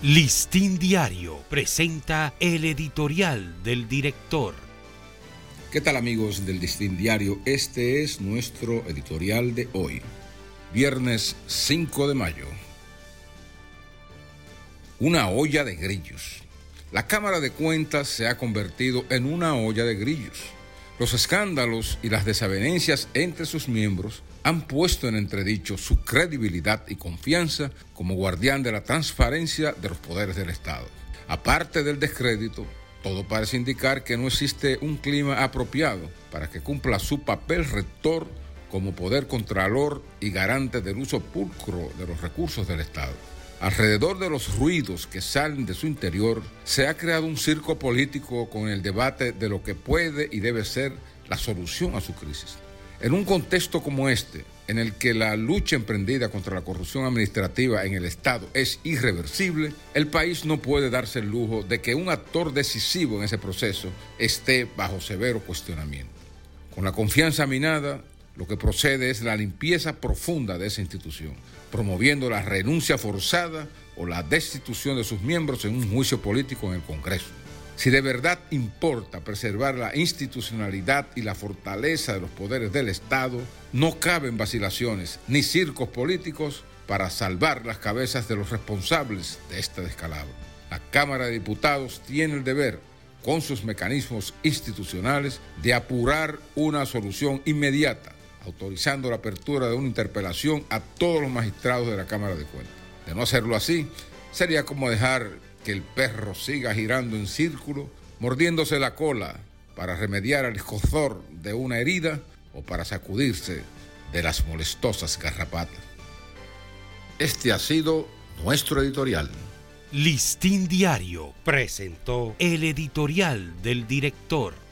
Listín Diario presenta el editorial del director. ¿Qué tal, amigos del Listín Diario? Este es nuestro editorial de hoy, viernes 5 de mayo. Una olla de grillos. La Cámara de Cuentas se ha convertido en una olla de grillos. Los escándalos y las desavenencias entre sus miembros han puesto en entredicho su credibilidad y confianza como guardián de la transparencia de los poderes del Estado. Aparte del descrédito, todo parece indicar que no existe un clima apropiado para que cumpla su papel rector como poder contralor y garante del uso pulcro de los recursos del Estado. Alrededor de los ruidos que salen de su interior, se ha creado un circo político con el debate de lo que puede y debe ser la solución a su crisis. En un contexto como este, en el que la lucha emprendida contra la corrupción administrativa en el Estado es irreversible, el país no puede darse el lujo de que un actor decisivo en ese proceso esté bajo severo cuestionamiento. Con la confianza minada, lo que procede es la limpieza profunda de esa institución, promoviendo la renuncia forzada o la destitución de sus miembros en un juicio político en el Congreso. Si de verdad importa preservar la institucionalidad y la fortaleza de los poderes del Estado, no caben vacilaciones ni circos políticos para salvar las cabezas de los responsables de este descalabro. La Cámara de Diputados tiene el deber, con sus mecanismos institucionales, de apurar una solución inmediata, autorizando la apertura de una interpelación a todos los magistrados de la Cámara de Cuentas. De no hacerlo así, sería como dejar que el perro siga girando en círculo, mordiéndose la cola para remediar el escozor de una herida o para sacudirse de las molestosas garrapatas. Este ha sido nuestro editorial. Listín Diario presentó el editorial del director.